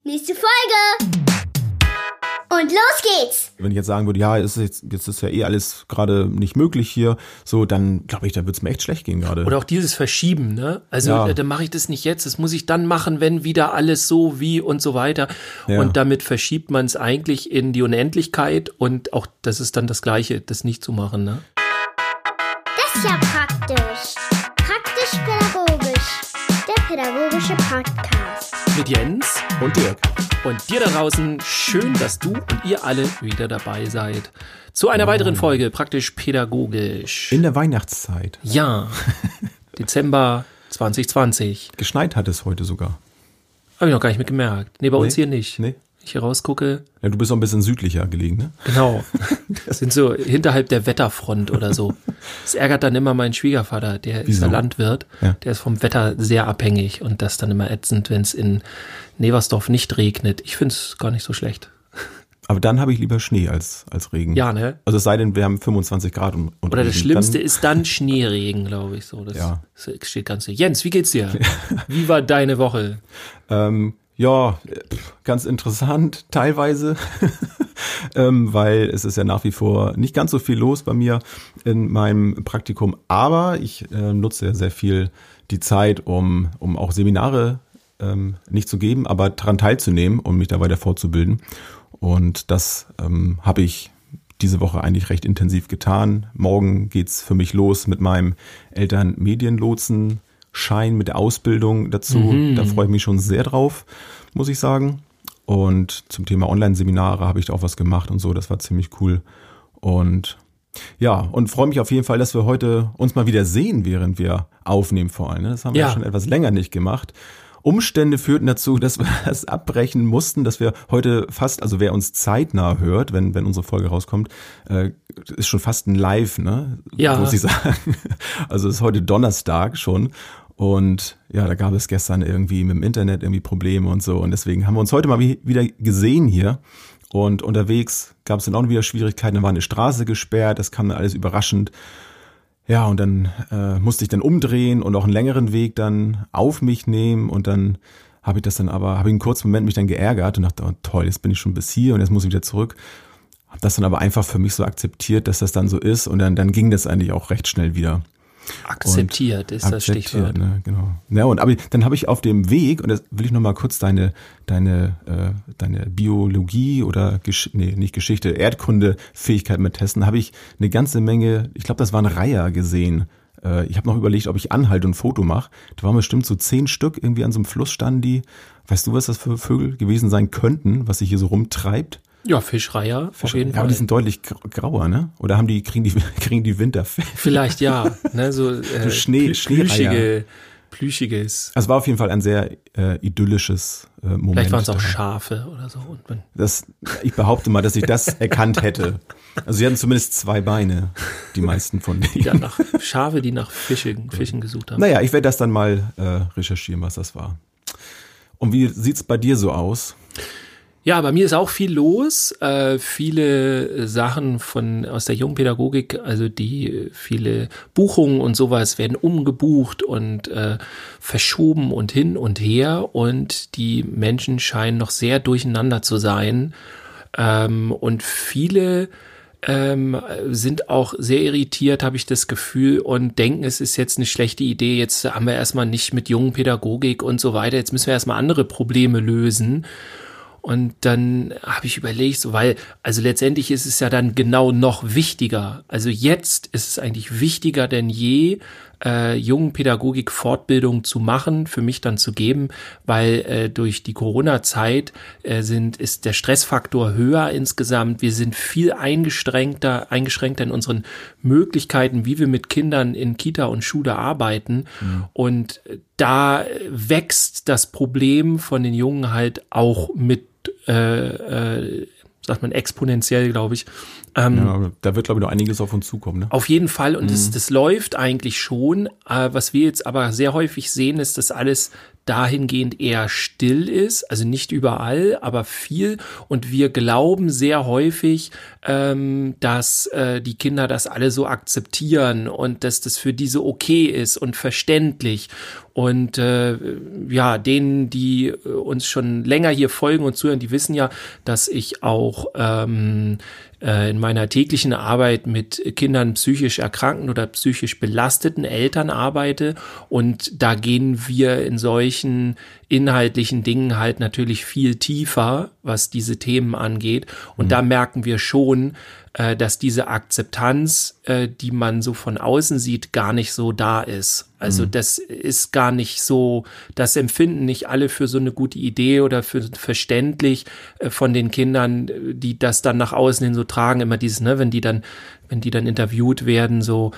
Nächste Folge! Und los geht's! Wenn ich jetzt sagen würde, ja, jetzt ist ja eh alles gerade nicht möglich hier, so, dann glaube ich, da wird's mir echt schlecht gehen gerade. Oder auch dieses Verschieben, ne? Also, dann mache ich das nicht jetzt, das muss ich dann machen, wenn wieder alles so wie und so weiter. Ja. Und damit verschiebt man es eigentlich in die Unendlichkeit und auch das ist dann das Gleiche, das nicht zu machen, ne? Das ist ja praktisch. Praktisch-pädagogisch. Der pädagogische Podcast. Mit Jens und Dirk. Und dir da draußen, schön, dass du und ihr alle wieder dabei seid. Zu einer weiteren Folge, praktisch-pädagogisch. In der Weihnachtszeit. Ja, Dezember 2020. Geschneit hat es heute sogar. Habe ich noch gar nicht mit gemerkt. Nee, bei uns hier nicht. Nee. Ich hier rausgucke. Ja, du bist auch ein bisschen südlicher gelegen, ne? Genau. Das sind so hinterhalb der Wetterfront oder so. Das ärgert dann immer meinen Schwiegervater, der ist der Landwirt. Ja. Der ist vom Wetter sehr abhängig und das dann immer ätzend, wenn es in Neversdorf nicht regnet. Ich finde es gar nicht so schlecht. Aber dann habe ich lieber Schnee als Regen. Ja, ne? Also es sei denn, wir haben 25 Grad und oder Regen. Das Schlimmste ist dann Schneeregen, glaube ich so. Das steht ganz so. Jens, wie geht's dir? Wie war deine Woche? Ja, ganz interessant teilweise, weil es ist ja nach wie vor nicht ganz so viel los bei mir in meinem Praktikum. Aber ich nutze ja sehr viel die Zeit, um auch Seminare nicht zu geben, aber daran teilzunehmen und mich da weiter fortzubilden. Und das habe ich diese Woche eigentlich recht intensiv getan. Morgen geht's für mich los mit meinem Elternmedienlotsen Schein mit der Ausbildung dazu. Da freue ich mich schon sehr drauf, muss ich sagen. Und zum Thema Online-Seminare habe ich da auch was gemacht und so. Das war ziemlich cool. Und ja, und freue mich auf jeden Fall, dass wir heute uns mal wieder sehen, während wir aufnehmen vor allem. Das haben wir schon etwas länger nicht gemacht. Umstände führten dazu, dass wir das abbrechen mussten, dass wir heute fast, also wer uns zeitnah hört, wenn unsere Folge rauskommt, ist schon fast ein Live, ne? Ja. Muss ich sagen. Also ist heute Donnerstag schon. Und ja, da gab es gestern irgendwie mit dem Internet irgendwie Probleme und so. Und deswegen haben wir uns heute mal wieder gesehen hier. Und unterwegs gab es dann auch wieder Schwierigkeiten. Da war eine Straße gesperrt. Das kam dann alles überraschend. Ja, und dann musste ich dann umdrehen und auch einen längeren Weg dann auf mich nehmen. Und dann habe ich einen kurzen Moment mich dann geärgert und dachte, oh toll, jetzt bin ich schon bis hier und jetzt muss ich wieder zurück. Habe das dann aber einfach für mich so akzeptiert, dass das dann so ist. Und dann ging das eigentlich auch recht schnell wieder. Akzeptiert ist das Stichwort. Ne, genau. Ja, aber dann habe ich auf dem Weg, und das will ich noch mal kurz deine Biologie oder nicht Geschichte, Erdkunde-Fähigkeit mit testen, habe ich eine ganze Menge, ich glaube, das waren Reiher gesehen. Ich habe noch überlegt, ob ich anhalte und ein Foto mache. Da waren bestimmt so 10 Stück, irgendwie an so einem Fluss standen die. Weißt du, was das für Vögel gewesen sein könnten, was sich hier so rumtreibt? Ja, Fischreiher, auf jeden Fall. Aber die sind deutlich grauer, ne? Oder kriegen die Winterfell? Vielleicht ja, ne, so Plüschiges. Also war auf jeden Fall ein sehr idyllisches Moment. Vielleicht waren es auch Schafe oder so. Ich behaupte mal, dass ich das erkannt hätte. Also sie hatten zumindest 2 Beine, die meisten von denen. Ja, Schafe, die nach Fischen gesucht haben. Naja, ich werde das dann mal recherchieren, was das war. Und wie sieht's bei dir so aus? Ja, bei mir ist auch viel los. Viele Sachen aus der Jungpädagogik, also viele Buchungen und sowas werden umgebucht und verschoben und hin und her. Und die Menschen scheinen noch sehr durcheinander zu sein. Und viele sind auch sehr irritiert, habe ich das Gefühl, und denken, es ist jetzt eine schlechte Idee. Jetzt haben wir erstmal nicht mit Jungpädagogik und so weiter. Jetzt müssen wir erstmal andere Probleme lösen. Und dann habe ich überlegt, also letztendlich ist es ja dann genau noch wichtiger. Also jetzt ist es eigentlich wichtiger denn je, Jungpädagogik-Fortbildung zu machen, für mich dann zu geben, weil durch die Corona-Zeit ist der Stressfaktor höher insgesamt. Wir sind viel eingeschränkter in unseren Möglichkeiten, wie wir mit Kindern in Kita und Schule arbeiten. Und da wächst das Problem von den Jungen halt auch mit sagt man exponentiell, glaube ich. Ja, da wird, glaube ich, noch einiges auf uns zukommen. Ne? Auf jeden Fall. Und das läuft eigentlich schon. Was wir jetzt aber sehr häufig sehen, ist, dass alles dahingehend eher still ist, also nicht überall, aber viel. Und wir glauben sehr häufig, dass die Kinder das alle so akzeptieren und dass das für diese okay ist und verständlich. Und denen, die uns schon länger hier folgen und zuhören, die wissen ja, dass ich auch in meiner täglichen Arbeit mit Kindern psychisch erkrankten oder psychisch belasteten Eltern arbeite. Und da gehen wir in solchen inhaltlichen Dingen halt natürlich viel tiefer, was diese Themen angeht. Und da merken wir schon, dass diese Akzeptanz, die man so von außen sieht, gar nicht so da ist. Also das ist gar nicht so, das empfinden nicht alle für so eine gute Idee oder für verständlich von den Kindern, die das dann nach außen hin so tragen, immer dieses, ne, wenn die dann interviewt werden, so,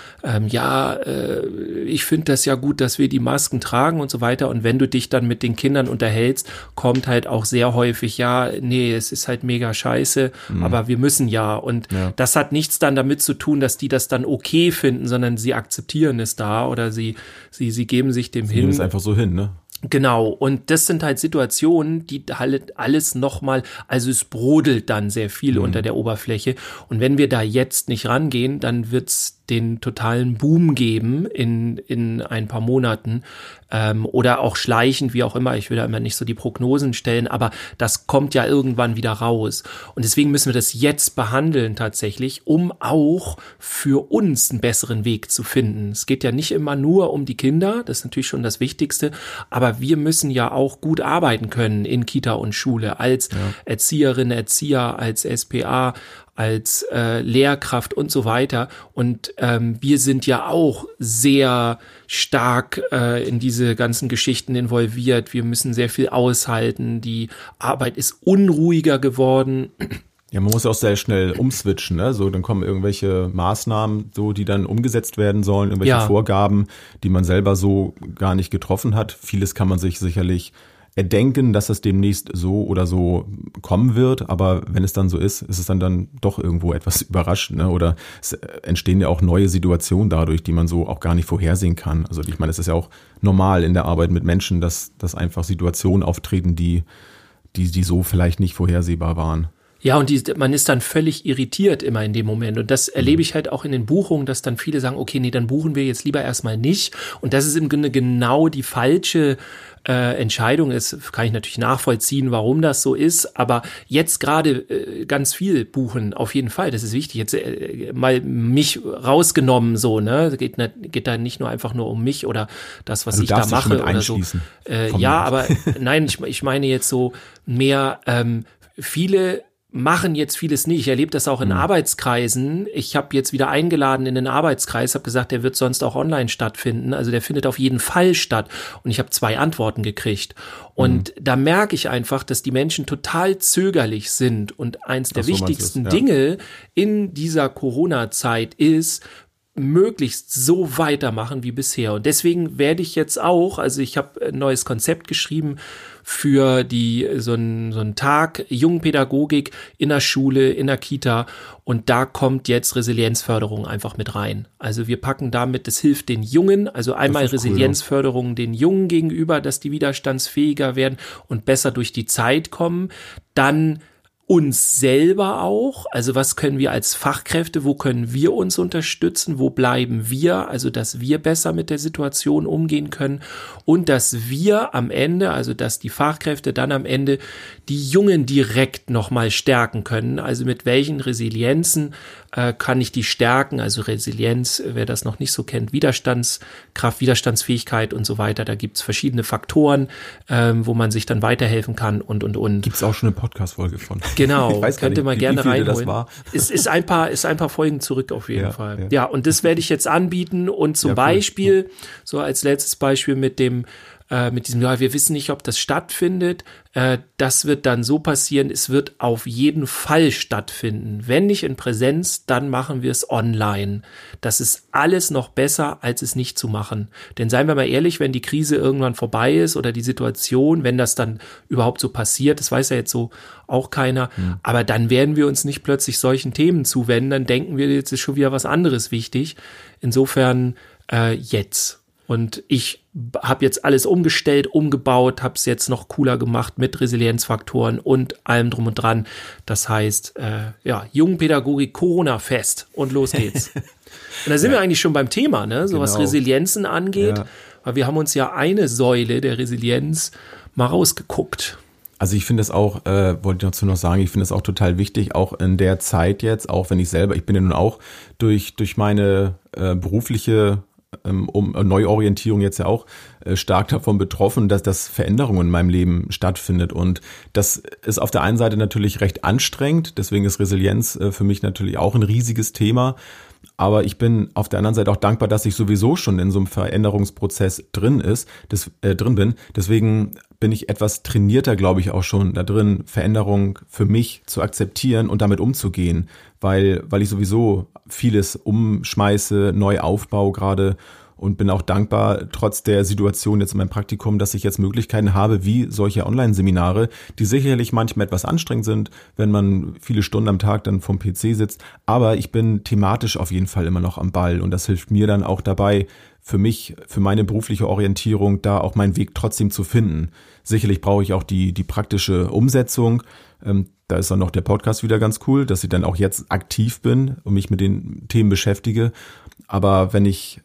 ich finde das ja gut, dass wir die Masken tragen und so weiter. Und wenn du dich dann mit den Kindern unterhältst, kommt halt auch sehr häufig, es ist halt mega scheiße, aber wir müssen ja. Und das hat nichts dann damit zu tun, dass die das dann okay finden, sondern sie akzeptieren es da oder sie geben sich dem hin. Sie nehmen es einfach so hin, ne? Genau, und das sind halt Situationen, die halt alles nochmal, also es brodelt dann sehr viel unter der Oberfläche. Und wenn wir da jetzt nicht rangehen, dann wird's den totalen Boom geben in ein paar Monaten oder auch schleichend, wie auch immer. Ich will da immer nicht so die Prognosen stellen, aber das kommt ja irgendwann wieder raus. Und deswegen müssen wir das jetzt behandeln tatsächlich, um auch für uns einen besseren Weg zu finden. Es geht ja nicht immer nur um die Kinder, das ist natürlich schon das Wichtigste, aber wir müssen ja auch gut arbeiten können in Kita und Schule als Erzieherinnen, Erzieher, als SPA, als Lehrkraft und so weiter. Und wir sind ja auch sehr stark in diese ganzen Geschichten involviert. Wir müssen sehr viel aushalten. Die Arbeit ist unruhiger geworden. Ja, man muss auch sehr schnell umswitchen, ne? So, dann kommen irgendwelche Maßnahmen, so, die dann umgesetzt werden sollen, irgendwelche Vorgaben, die man selber so gar nicht getroffen hat. Vieles kann man sich sicherlich erdenken, dass es demnächst so oder so kommen wird, aber wenn es dann so ist es dann doch irgendwo etwas überraschend, ne? Oder es entstehen ja auch neue Situationen dadurch, die man so auch gar nicht vorhersehen kann. Also ich meine, es ist ja auch normal in der Arbeit mit Menschen, dass einfach Situationen auftreten, die so vielleicht nicht vorhersehbar waren. Ja, und man ist dann völlig irritiert immer in dem Moment. Und das erlebe ich halt auch in den Buchungen, dass dann viele sagen, okay, nee, dann buchen wir jetzt lieber erstmal nicht. Und das ist im Grunde genau die falsche Entscheidung ist, kann ich natürlich nachvollziehen, warum das so ist, aber jetzt gerade ganz viel buchen, auf jeden Fall, das ist wichtig, jetzt mal mich rausgenommen so, ne, geht da nicht nur einfach nur um mich oder das, was ich da mache oder so. Aber nein, ich meine jetzt so mehr, viele machen jetzt vieles nicht. Ich erlebe das auch in Arbeitskreisen. Ich habe jetzt wieder eingeladen in den Arbeitskreis, habe gesagt, der wird sonst auch online stattfinden. Also der findet auf jeden Fall statt. Und ich habe 2 Antworten gekriegt. Und da merke ich einfach, dass die Menschen total zögerlich sind. Und eins der wichtigsten Dinge in dieser Corona-Zeit ist, möglichst so weitermachen wie bisher. Und deswegen werde ich jetzt auch, also ich habe ein neues Konzept geschrieben für so einen Tag Jungpädagogik in der Schule, in der Kita, und da kommt jetzt Resilienzförderung einfach mit rein. Also wir packen damit, das hilft den Jungen, also einmal Resilienzförderung den Jungen gegenüber, dass die widerstandsfähiger werden und besser durch die Zeit kommen, dann uns selber auch, also was können wir als Fachkräfte, wo können wir uns unterstützen, wo bleiben wir, also dass wir besser mit der Situation umgehen können und dass wir am Ende, also dass die Fachkräfte dann am Ende die Jungen direkt nochmal stärken können, also mit welchen Resilienzen kann ich die stärken, also Resilienz, wer das noch nicht so kennt, Widerstandskraft, Widerstandsfähigkeit und so weiter, da gibt's verschiedene Faktoren, wo man sich dann weiterhelfen kann und. Gibt's auch schon eine Podcast-Folge von. Genau, könnte man gerne reinholen. Es ist ein paar Folgen zurück auf jeden Fall. Ja, und das werde ich jetzt anbieten und zum Beispiel, so als letztes Beispiel mit diesem, wir wissen nicht, ob das stattfindet, das wird dann so passieren, es wird auf jeden Fall stattfinden. Wenn nicht in Präsenz, dann machen wir es online. Das ist alles noch besser, als es nicht zu machen. Denn seien wir mal ehrlich, wenn die Krise irgendwann vorbei ist oder die Situation, wenn das dann überhaupt so passiert, das weiß ja jetzt so auch keiner, aber dann werden wir uns nicht plötzlich solchen Themen zuwenden, dann denken wir, jetzt ist schon wieder was anderes wichtig. Insofern jetzt. Und ich habe jetzt alles umgestellt, umgebaut, habe es jetzt noch cooler gemacht mit Resilienzfaktoren und allem drum und dran. Das heißt, Jungpädagogik Corona-Fest und los geht's. Und da sind wir eigentlich schon beim Thema, ne? So was Resilienzen angeht, weil wir haben uns ja eine Säule der Resilienz mal rausgeguckt. Also ich finde das auch, wollte ich dazu noch sagen, ich finde das auch total wichtig, auch in der Zeit jetzt, auch wenn ich bin ja nun auch durch meine berufliche Neuorientierung jetzt ja auch stark davon betroffen, dass das Veränderungen in meinem Leben stattfindet. Und das ist auf der einen Seite natürlich recht anstrengend, deswegen ist Resilienz für mich natürlich auch ein riesiges Thema. Aber ich bin auf der anderen Seite auch dankbar, dass ich sowieso schon in so einem Veränderungsprozess drin bin. Deswegen bin ich etwas trainierter, glaube ich, auch schon da drin, Veränderung für mich zu akzeptieren und damit umzugehen, weil ich sowieso vieles umschmeiße, neu aufbaue gerade und bin auch dankbar, trotz der Situation jetzt in meinem Praktikum, dass ich jetzt Möglichkeiten habe, wie solche Online-Seminare, die sicherlich manchmal etwas anstrengend sind, wenn man viele Stunden am Tag dann vom PC sitzt. Aber ich bin thematisch auf jeden Fall immer noch am Ball und das hilft mir dann auch dabei, für mich, für meine berufliche Orientierung, da auch meinen Weg trotzdem zu finden. Sicherlich brauche ich auch die praktische Umsetzung. Da ist dann noch der Podcast wieder ganz cool, dass ich dann auch jetzt aktiv bin und mich mit den Themen beschäftige. Aber wenn ich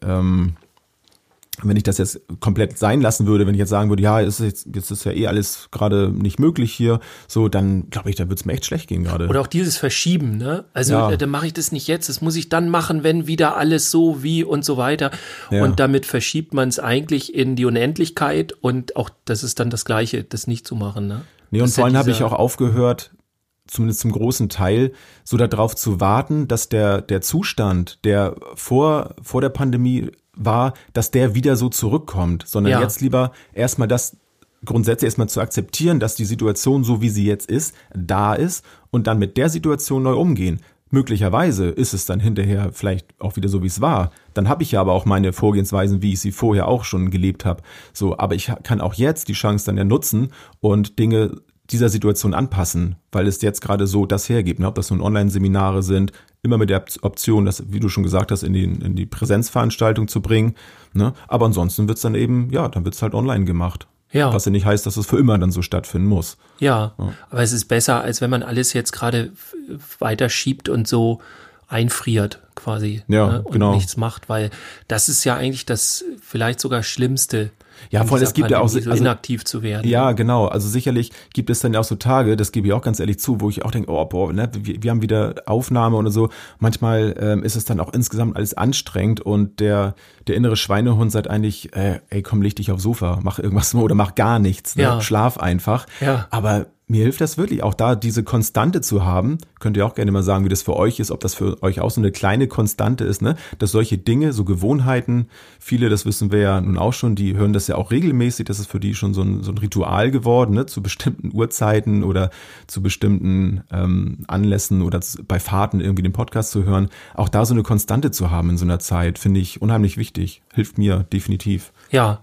das jetzt komplett sein lassen würde, wenn ich jetzt sagen würde, ja, jetzt ist ja eh alles gerade nicht möglich hier, so, dann glaube ich, da wird es mir echt schlecht gehen gerade. Oder auch dieses Verschieben, ne? Also dann mache ich das nicht jetzt, das muss ich dann machen, wenn wieder alles so wie und so weiter. Ja. Und damit verschiebt man es eigentlich in die Unendlichkeit und auch das ist dann das Gleiche, das nicht zu machen, ne? Nee, und vorhin habe ich auch aufgehört, zumindest zum großen Teil, so darauf zu warten, dass der Zustand, der vor der Pandemie war, dass der wieder so zurückkommt, sondern jetzt lieber erstmal das grundsätzlich erstmal zu akzeptieren, dass die Situation, so wie sie jetzt ist, da ist und dann mit der Situation neu umgehen. Möglicherweise ist es dann hinterher vielleicht auch wieder so, wie es war. Dann habe ich ja aber auch meine Vorgehensweisen, wie ich sie vorher auch schon gelebt habe. So, aber ich kann auch jetzt die Chance dann ja nutzen und Dinge dieser Situation anpassen, weil es jetzt gerade so das hergibt, ne? Ob das nun Online-Seminare sind, immer mit der Option, das, wie du schon gesagt hast, in die Präsenzveranstaltung zu bringen, ne? Aber ansonsten wird's dann eben, dann wird's halt online gemacht. Ja. Was ja nicht heißt, dass es für immer dann so stattfinden muss. Ja, aber es ist besser, als wenn man alles jetzt gerade weiter schiebt und so einfriert quasi, ne? Und nichts macht, weil das ist ja eigentlich das vielleicht sogar Schlimmste. Ja, voll, es gibt ja auch so inaktiv zu werden. Ja, genau. Also sicherlich gibt es dann ja auch so Tage, das gebe ich auch ganz ehrlich zu, wo ich auch denke, ne, wir haben wieder Aufnahme oder so. Manchmal ist es dann auch insgesamt alles anstrengend und der innere Schweinehund sagt eigentlich, komm, leg dich aufs Sofa, mach irgendwas oder mach gar nichts, ne? Schlaf einfach. Ja. Aber mir hilft das wirklich, auch da diese Konstante zu haben. Könnt ihr auch gerne mal sagen, wie das für euch ist, ob das für euch auch so eine kleine Konstante ist, ne? Dass solche Dinge, so Gewohnheiten, viele, das wissen wir ja nun auch schon, die hören das ja auch regelmäßig, das ist für die schon so ein Ritual geworden, ne? Zu bestimmten Uhrzeiten oder zu bestimmten Anlässen oder bei Fahrten irgendwie den Podcast zu hören. Auch da so eine Konstante zu haben in so einer Zeit, finde ich unheimlich wichtig. Hilft mir definitiv. Ja.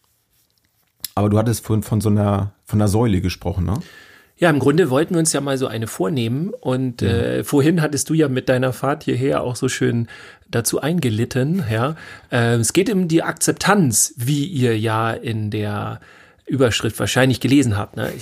Aber du hattest von einer Säule gesprochen, ne? Ja, im Grunde wollten wir uns ja mal so eine vornehmen und vorhin hattest du ja mit deiner Fahrt hierher auch so schön dazu eingelitten, ja. Es geht um die Akzeptanz, wie ihr ja in der Überschrift wahrscheinlich gelesen habt. Ne?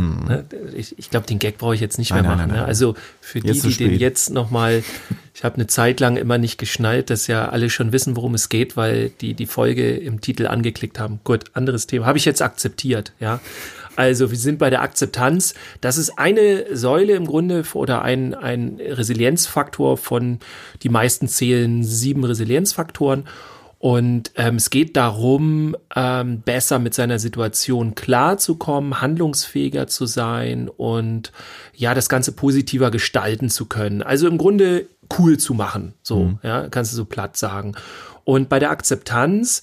Ich glaube, den Gag brauche ich jetzt nicht mehr machen. Nein. Ne? Also für die den jetzt nochmal, ich habe eine Zeit lang immer nicht geschnallt, dass ja alle schon wissen, worum es geht, weil die Folge im Titel angeklickt haben. Gut, anderes Thema. Habe ich jetzt akzeptiert, ja. Also wir sind bei der Akzeptanz. Das ist eine Säule im Grunde oder ein Resilienzfaktor von, die meisten zählen 7 Resilienzfaktoren. Und es geht darum, besser mit seiner Situation klarzukommen, handlungsfähiger zu sein und ja, das Ganze positiver gestalten zu können. Also im Grunde cool zu machen, so, ja, kannst du so platt sagen. Und bei der Akzeptanz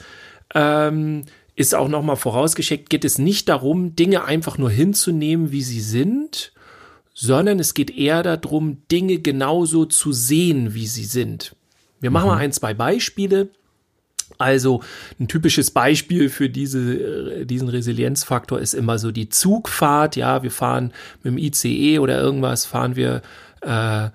ist auch nochmal vorausgeschickt, geht es nicht darum, Dinge einfach nur hinzunehmen, wie sie sind, sondern es geht eher darum, Dinge genauso zu sehen, wie sie sind. Wir machen mal 2 Beispiele. Also ein typisches Beispiel für diesen Resilienzfaktor ist immer so die Zugfahrt. Ja, wir fahren mit dem ICE oder irgendwas, fahren wir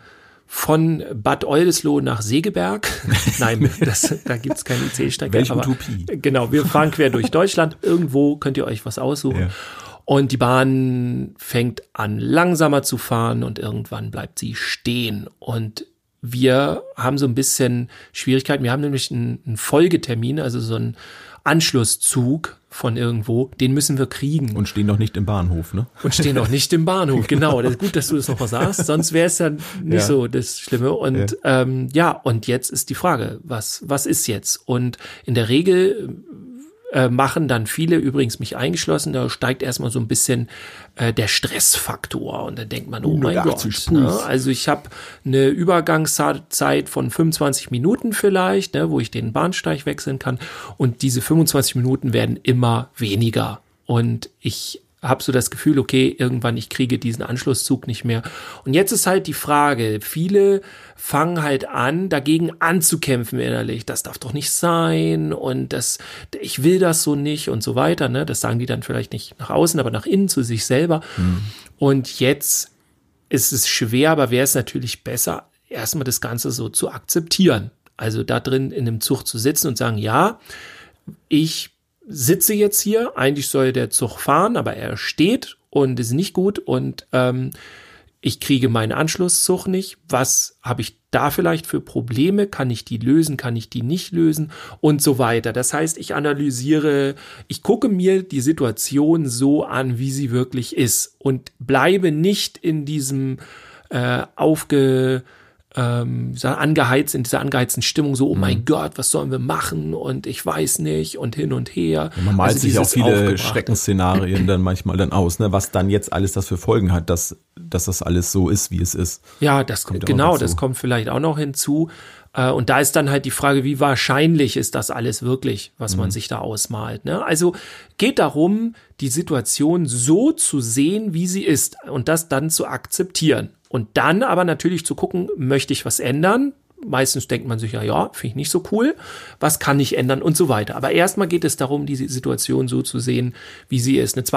von Bad Oldesloe nach Segeberg. Nein, da gibt's keine IC-Strecke. Welche Utopie. Genau, wir fahren quer durch Deutschland. Irgendwo könnt ihr euch was aussuchen. Ja. Und die Bahn fängt an, langsamer zu fahren und irgendwann bleibt sie stehen. Und wir haben so ein bisschen Schwierigkeiten. Wir haben nämlich einen Folgetermin, also so einen Anschlusszug von irgendwo, den müssen wir kriegen. Und stehen noch nicht im Bahnhof, ne? Und stehen noch nicht im Bahnhof, genau. Das ist gut, dass du das noch mal sagst, sonst wäre es ja nicht so das Schlimme. Und und jetzt ist die Frage, was ist jetzt? Und in der Regel machen dann viele, übrigens mich eingeschlossen, da steigt erstmal so ein bisschen der Stressfaktor und dann denkt man, oh mein Gott, ne? Also ich habe eine Übergangszeit von 25 Minuten vielleicht, ne, wo ich den Bahnsteig wechseln kann und diese 25 Minuten werden immer weniger und ich habe so das Gefühl, okay, irgendwann ich kriege diesen Anschlusszug nicht mehr. Und jetzt ist halt die Frage, viele fangen halt an, dagegen anzukämpfen innerlich. Das darf doch nicht sein und ich will das so nicht und so weiter. Ne? Das sagen die dann vielleicht nicht nach außen, aber nach innen zu sich selber. Und jetzt ist es schwer, aber wäre es natürlich besser, erstmal das Ganze so zu akzeptieren. Also da drin in einem Zug zu sitzen und sagen, ja, ich sitze jetzt hier, eigentlich soll der Zug fahren, aber er steht und ist nicht gut und ich kriege meinen Anschlusszug nicht. Was habe ich da vielleicht für Probleme? Kann ich die lösen? Kann ich die nicht lösen? Und so weiter. Das heißt, ich gucke mir die Situation so an, wie sie wirklich ist und bleibe nicht in diesem in dieser angeheizten Stimmung so, oh mein Gott, was sollen wir machen und ich weiß nicht und hin und her. Ja, man malt sich auch viele Schreckensszenarien dann manchmal dann aus, ne, was dann jetzt alles das für Folgen hat, dass das alles so ist, wie es ist. Ja, das kommt vielleicht auch noch hinzu. Und da ist dann halt die Frage, wie wahrscheinlich ist das alles wirklich, was man sich da ausmalt, ne? Also geht darum, die Situation so zu sehen, wie sie ist und das dann zu akzeptieren. Und dann aber natürlich zu gucken, möchte ich was ändern? Meistens denkt man sich, ja, finde ich nicht so cool. Was kann ich ändern und so weiter. Aber erstmal geht es darum, diese Situation so zu sehen, wie sie ist. Ein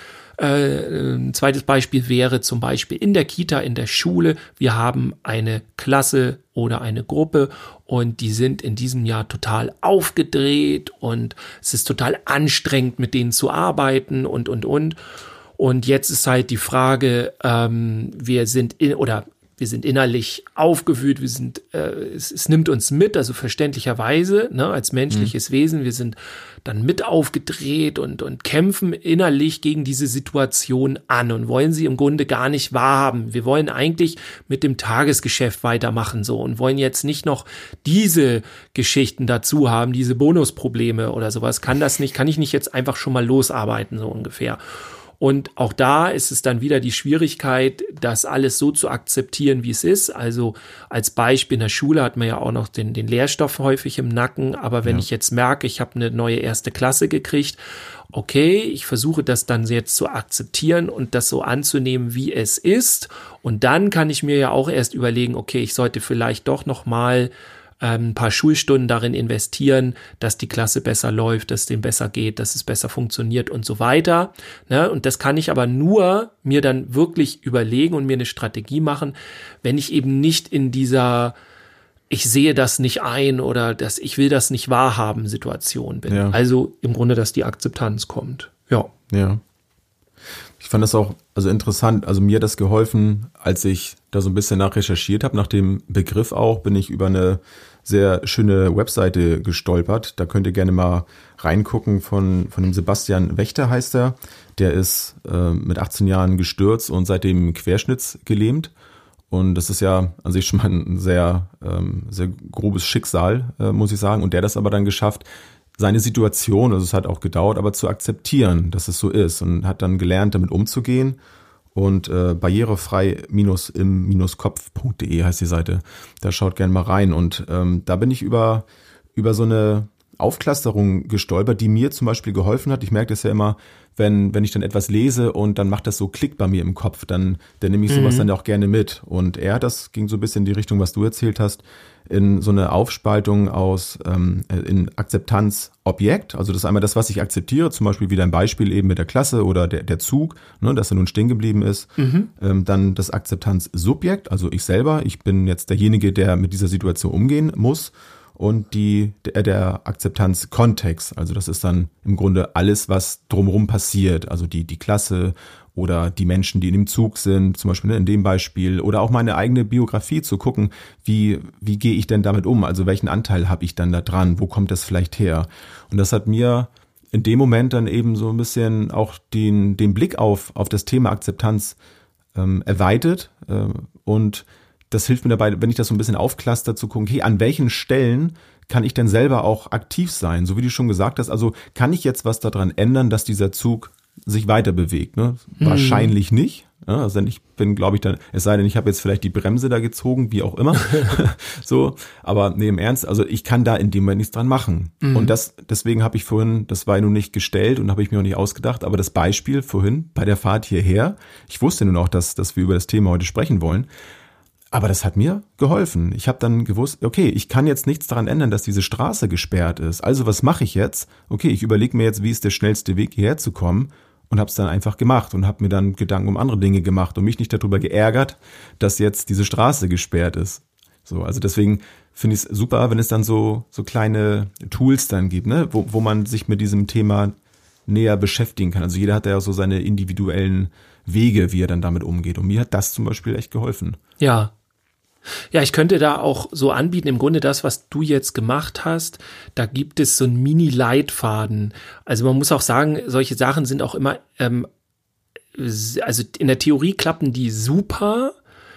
zweites Beispiel wäre zum Beispiel in der Kita, in der Schule. Wir haben eine Klasse oder eine Gruppe und die sind in diesem Jahr total aufgedreht und es ist total anstrengend, mit denen zu arbeiten und. Und jetzt ist halt die Frage, wir sind innerlich aufgewühlt, es nimmt uns mit, also verständlicherweise, ne, als menschliches Wesen, wir sind dann mit aufgedreht und kämpfen innerlich gegen diese Situation an und wollen sie im Grunde gar nicht wahrhaben. Wir wollen eigentlich mit dem Tagesgeschäft weitermachen so und wollen jetzt nicht noch diese Geschichten dazu haben, diese Bonusprobleme oder sowas. Kann ich nicht jetzt einfach schon mal losarbeiten, so ungefähr. Und auch da ist es dann wieder die Schwierigkeit, das alles so zu akzeptieren, wie es ist. Also als Beispiel in der Schule hat man ja auch noch den Lehrstoff häufig im Nacken. Aber wenn ich jetzt merke, ich habe eine neue 1. Klasse gekriegt, okay, ich versuche das dann jetzt zu akzeptieren und das so anzunehmen, wie es ist. Und dann kann ich mir ja auch erst überlegen, okay, ich sollte vielleicht doch noch mal ein paar Schulstunden darin investieren, dass die Klasse besser läuft, dass es denen besser geht, dass es besser funktioniert und so weiter. Ne? Und das kann ich aber nur mir dann wirklich überlegen und mir eine Strategie machen, wenn ich eben nicht in dieser ich sehe das nicht ein oder ich will das nicht wahrhaben Situation bin. Ja. Also im Grunde, dass die Akzeptanz kommt. Ja. Ich fand das auch interessant. Also mir hat das geholfen, als ich da so ein bisschen nachrecherchiert habe, nach dem Begriff auch, bin ich über eine sehr schöne Webseite gestolpert. Da könnt ihr gerne mal reingucken von dem Sebastian Wächter heißt er. Der ist mit 18 Jahren gestürzt und seitdem querschnittsgelähmt. Und das ist ja an sich schon mal ein sehr, sehr grobes Schicksal, muss ich sagen. Und der hat das aber dann geschafft, seine Situation, also es hat auch gedauert, aber zu akzeptieren, dass es so ist und hat dann gelernt, damit umzugehen. Und barrierefrei-im-kopf.de heißt die Seite. Da schaut gerne mal rein. Und da bin ich über so eine Aufklasterung gestolpert, die mir zum Beispiel geholfen hat. Ich merke das ja immer, wenn ich dann etwas lese und dann macht das so Klick bei mir im Kopf, dann nehme ich sowas dann auch gerne mit. Und das ging so ein bisschen in die Richtung, was du erzählt hast, in so eine Aufspaltung aus in Akzeptanz Objekt. Also das ist einmal das, was ich akzeptiere, zum Beispiel wie dein Beispiel eben mit der Klasse oder der Zug, ne, dass er nun stehen geblieben ist. Dann das Akzeptanz Subjekt, also ich selber. Ich bin jetzt derjenige, der mit dieser Situation umgehen muss. Und der Akzeptanz Kontext, also das ist dann im Grunde alles, was drumherum passiert, also die Klasse oder die Menschen, die in dem Zug sind, zum Beispiel in dem Beispiel, oder auch meine eigene Biografie zu gucken, wie gehe ich denn damit um, also welchen Anteil habe ich dann da dran, wo kommt das vielleicht her? Und das hat mir in dem Moment dann eben so ein bisschen auch den Blick auf das Thema Akzeptanz erweitert und das hilft mir dabei, wenn ich das so ein bisschen aufcluster, zu gucken, okay, an welchen Stellen kann ich denn selber auch aktiv sein? So wie du schon gesagt hast, also kann ich jetzt was daran ändern, dass dieser Zug sich weiter bewegt? Ne? Wahrscheinlich nicht. Ja, also ich bin, glaube ich, dann, es sei denn, ich habe jetzt vielleicht die Bremse da gezogen, wie auch immer. So, aber nee, im Ernst, also ich kann da in dem Moment nichts dran machen. Und deswegen habe ich vorhin, das war ja nun nicht gestellt und habe ich mir auch nicht ausgedacht, aber das Beispiel vorhin bei der Fahrt hierher, ich wusste nun auch, dass wir über das Thema heute sprechen wollen. Aber das hat mir geholfen. Ich habe dann gewusst, okay, ich kann jetzt nichts daran ändern, dass diese Straße gesperrt ist. Also was mache ich jetzt? Okay, ich überlege mir jetzt, wie ist der schnellste Weg, hierher zu kommen und habe es dann einfach gemacht und habe mir dann Gedanken um andere Dinge gemacht und mich nicht darüber geärgert, dass jetzt diese Straße gesperrt ist. So, also deswegen finde ich es super, wenn es dann so kleine Tools dann gibt, ne, wo man sich mit diesem Thema näher beschäftigen kann. Also jeder hat ja so seine individuellen Wege, wie er dann damit umgeht. Und mir hat das zum Beispiel echt geholfen. Ja. Ja, ich könnte da auch so anbieten, im Grunde das, was du jetzt gemacht hast, da gibt es so einen Mini-Leitfaden. Also man muss auch sagen, solche Sachen sind auch immer, also in der Theorie klappen die super,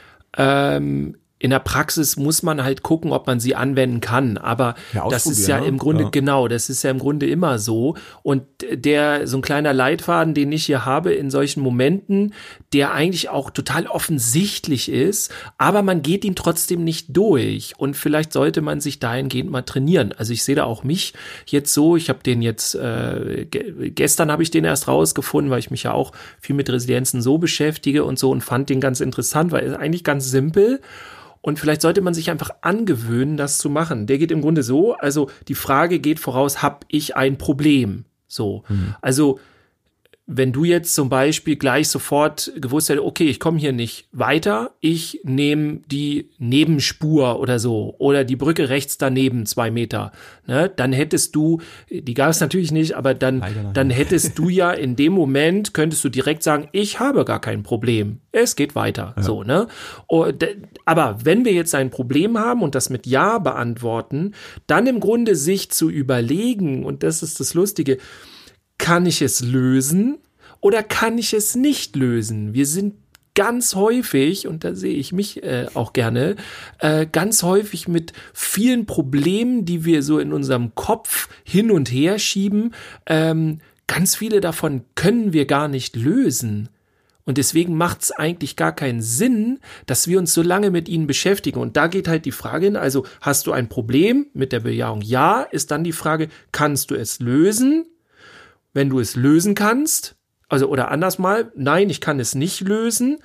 in der Praxis muss man halt gucken, ob man sie anwenden kann. Aber ja, das ist ja im Grunde, genau, das ist ja im Grunde immer so. Und so ein kleiner Leitfaden, den ich hier habe in solchen Momenten, der eigentlich auch total offensichtlich ist, aber man geht ihn trotzdem nicht durch. Und vielleicht sollte man sich dahingehend mal trainieren. Also ich sehe da auch mich jetzt so, ich habe den jetzt, gestern habe ich den erst rausgefunden, weil ich mich ja auch viel mit Resilienzen so beschäftige und so und fand den ganz interessant, weil er ist eigentlich ganz simpel. Und vielleicht sollte man sich einfach angewöhnen, das zu machen. Der geht im Grunde so, also die Frage geht voraus, habe ich ein Problem? So, also wenn du jetzt zum Beispiel gleich sofort gewusst hättest, okay, ich komme hier nicht weiter, ich nehme die Nebenspur oder so oder die Brücke rechts daneben 2 Meter, ne, dann hättest du, die gab es natürlich nicht, aber dann hättest du ja in dem Moment, könntest du direkt sagen, ich habe gar kein Problem, es geht weiter, ja. So, ne? Aber wenn wir jetzt ein Problem haben und das mit Ja beantworten, dann im Grunde sich zu überlegen, und das ist das Lustige, kann ich es lösen oder kann ich es nicht lösen? Wir sind ganz häufig, und da sehe ich mich auch gerne, ganz häufig mit vielen Problemen, die wir so in unserem Kopf hin und her schieben, ganz viele davon können wir gar nicht lösen. Und deswegen macht es eigentlich gar keinen Sinn, dass wir uns so lange mit ihnen beschäftigen. Und da geht halt die Frage hin, also hast du ein Problem mit der Bejahung? Ja, ist dann die Frage, kannst du es lösen? Wenn du es lösen kannst, also oder anders mal, nein, ich kann es nicht lösen.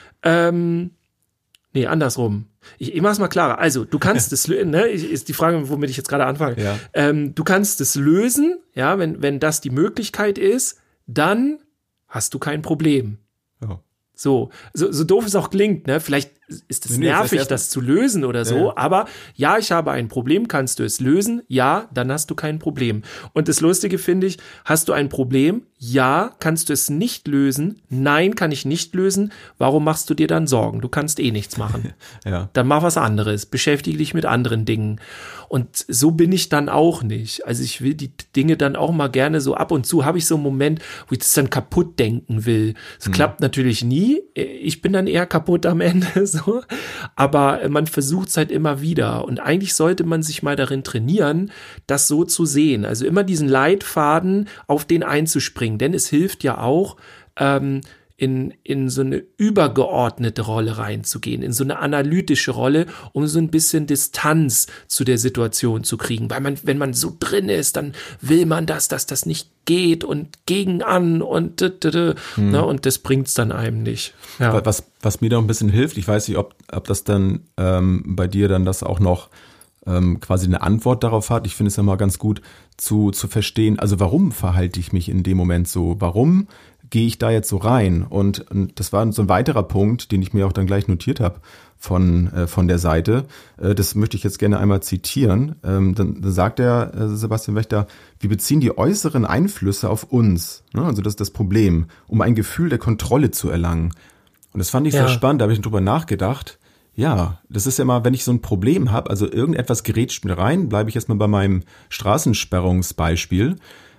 Nee, andersrum. Ich mach's mal klarer. Also, du kannst es lösen, ne? Ist die Frage, womit ich jetzt gerade anfange. Ja. Du kannst es lösen, ja, wenn das die Möglichkeit ist, dann hast du kein Problem. Ja. So doof es auch klingt, ne? Vielleicht ist es nervig, das zu lösen oder so, ja. Aber ja, ich habe ein Problem, kannst du es lösen? Ja, dann hast du kein Problem. Und das Lustige finde ich, hast du ein Problem? Ja, kannst du es nicht lösen? Nein, kann ich nicht lösen. Warum machst du dir dann Sorgen? Du kannst eh nichts machen. Ja. Dann mach was anderes, beschäftige dich mit anderen Dingen. Und so bin ich dann auch nicht. Also ich will die Dinge dann auch mal gerne so ab und zu, habe ich so einen Moment, wo ich das dann kaputt denken will. Das klappt natürlich nie. Ich bin dann eher kaputt am Ende, so. Aber man versucht es halt immer wieder. Und eigentlich sollte man sich mal darin trainieren, das so zu sehen. Also immer diesen Leitfaden auf den einzuspringen. Denn es hilft ja auch, in so eine übergeordnete Rolle reinzugehen, in so eine analytische Rolle, um so ein bisschen Distanz zu der Situation zu kriegen. Weil wenn man so drin ist, dann will man dass das nicht geht und gegen an und ne, und das bringt's dann einem nicht. Ja. Was mir da ein bisschen hilft, ich weiß nicht, ob das dann bei dir dann das auch noch quasi eine Antwort darauf hat. Ich finde es ja mal ganz gut zu verstehen, also warum verhalte ich mich in dem Moment so? Warum gehe ich da jetzt so rein? Und das war so ein weiterer Punkt, den ich mir auch dann gleich notiert habe von der Seite. Das möchte ich jetzt gerne einmal zitieren. Dann sagt der Sebastian Wächter, wir beziehen die äußeren Einflüsse auf uns, ne? Also das ist das Problem, um ein Gefühl der Kontrolle zu erlangen. Und das fand ich sehr spannend, da habe ich drüber nachgedacht. Ja, das ist ja immer, wenn ich so ein Problem habe, also irgendetwas gerätscht mir rein, bleibe ich jetzt mal bei meinem Straßensperrungsbeispiel.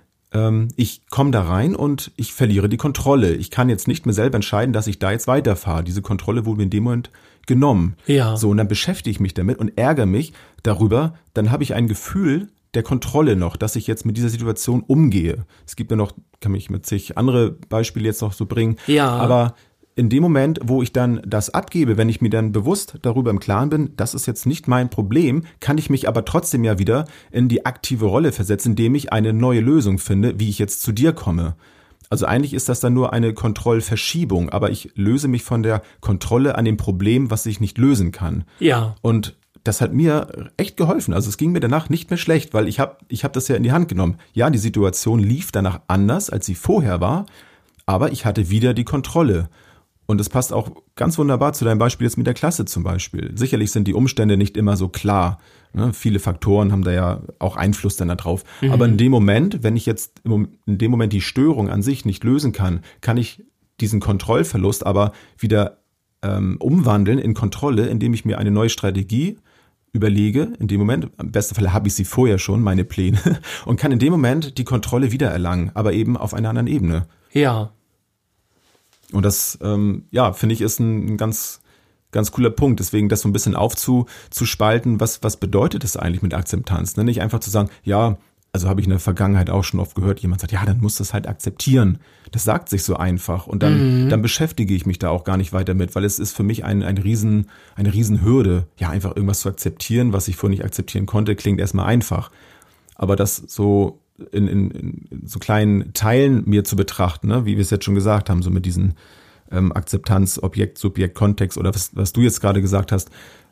Ich komme da rein und ich verliere die Kontrolle. Ich kann jetzt nicht mehr selber entscheiden, dass ich da jetzt weiterfahre. Diese Kontrolle wurde mir in dem Moment genommen. Ja. So, und dann beschäftige ich mich damit und ärgere mich darüber. Dann habe ich ein Gefühl der Kontrolle noch, dass ich jetzt mit dieser Situation umgehe. Es gibt ja noch, kann mich mit zig andere Beispiele jetzt noch so bringen. Ja. Aber in dem Moment, wo ich dann das abgebe, wenn ich mir dann bewusst darüber im Klaren bin, das ist jetzt nicht mein Problem, kann ich mich aber trotzdem ja wieder in die aktive Rolle versetzen, indem ich eine neue Lösung finde, wie ich jetzt zu dir komme. Also eigentlich ist das dann nur eine Kontrollverschiebung, aber ich löse mich von der Kontrolle an dem Problem, was ich nicht lösen kann. Ja. Und das hat mir echt geholfen. Also es ging mir danach nicht mehr schlecht, weil ich hab das ja in die Hand genommen. Ja, die Situation lief danach anders, als sie vorher war, aber ich hatte wieder die Kontrolle. Und es passt auch ganz wunderbar zu deinem Beispiel jetzt mit der Klasse zum Beispiel. Sicherlich sind die Umstände nicht immer so klar. Ne? Viele Faktoren haben da ja auch Einfluss dann da drauf. Mhm. Aber in dem Moment, wenn ich jetzt in dem Moment die Störung an sich nicht lösen kann, kann ich diesen Kontrollverlust aber wieder umwandeln in Kontrolle, indem ich mir eine neue Strategie überlege. In dem Moment, im besten Fall habe ich sie vorher schon, meine Pläne, und kann in dem Moment die Kontrolle wiedererlangen, aber eben auf einer anderen Ebene. Ja. Und das, finde ich, ist ein ganz, ganz cooler Punkt. Deswegen das so ein bisschen aufzuspalten, was bedeutet es eigentlich mit Akzeptanz? Ne? Nicht einfach zu sagen, ja, also habe ich in der Vergangenheit auch schon oft gehört, jemand sagt, ja, dann musst du es halt akzeptieren. Das sagt sich so einfach. Und dann beschäftige ich mich da auch gar nicht weiter mit, weil es ist für mich eine Riesenhürde. Ja, einfach irgendwas zu akzeptieren, was ich vorher nicht akzeptieren konnte, klingt erstmal einfach. Aber das so in so kleinen Teilen mir zu betrachten, ne? Wie wir es jetzt schon gesagt haben, so mit diesen Akzeptanz, Objekt, Subjekt, Kontext oder was du jetzt gerade gesagt hast,